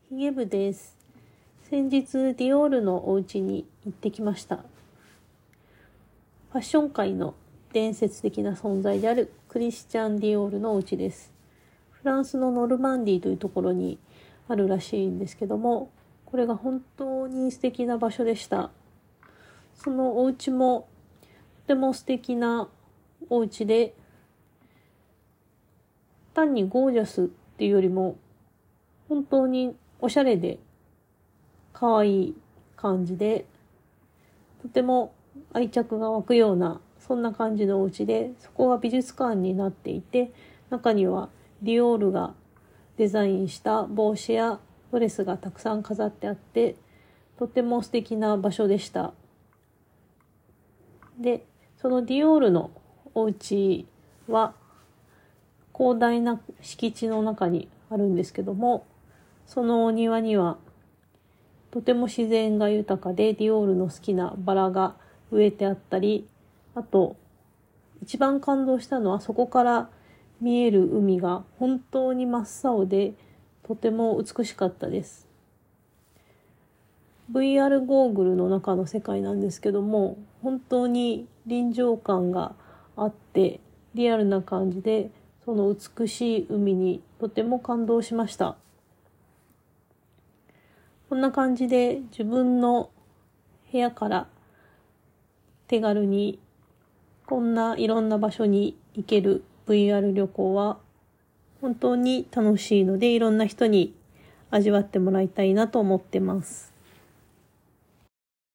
ヒゲ部です。先日ディオールのお家に行ってきました。ファッション界の伝説的な存在であるクリスチャン・ディオールのお家です。フランスのノルマンディーというところにあるらしいんですけども、これが本当に素敵な場所でした。そのお家もとても素敵なお家で、単にゴージャスっていうよりも本当におしゃれで可愛い感じで、とても愛着が湧くようなそんな感じのお家で、そこは美術館になっていて、中にはディオールがデザインした帽子やドレスがたくさん飾ってあって、とても素敵な場所でした。で、そのディオールのお家は広大な敷地の中にあるんですけども、そのお庭にはとても自然が豊かで、ディオールの好きなバラが植えてあったり、あと一番感動したのはそこから見える海が本当に真っ青でとても美しかったです。VR ゴーグルの中の世界なんですけども、本当に臨場感があってリアルな感じで、その美しい海にとても感動しました。こんな感じで自分の部屋から手軽にこんないろんな場所に行ける VR 旅行は本当に楽しいので、いろんな人に味わってもらいたいなと思ってます。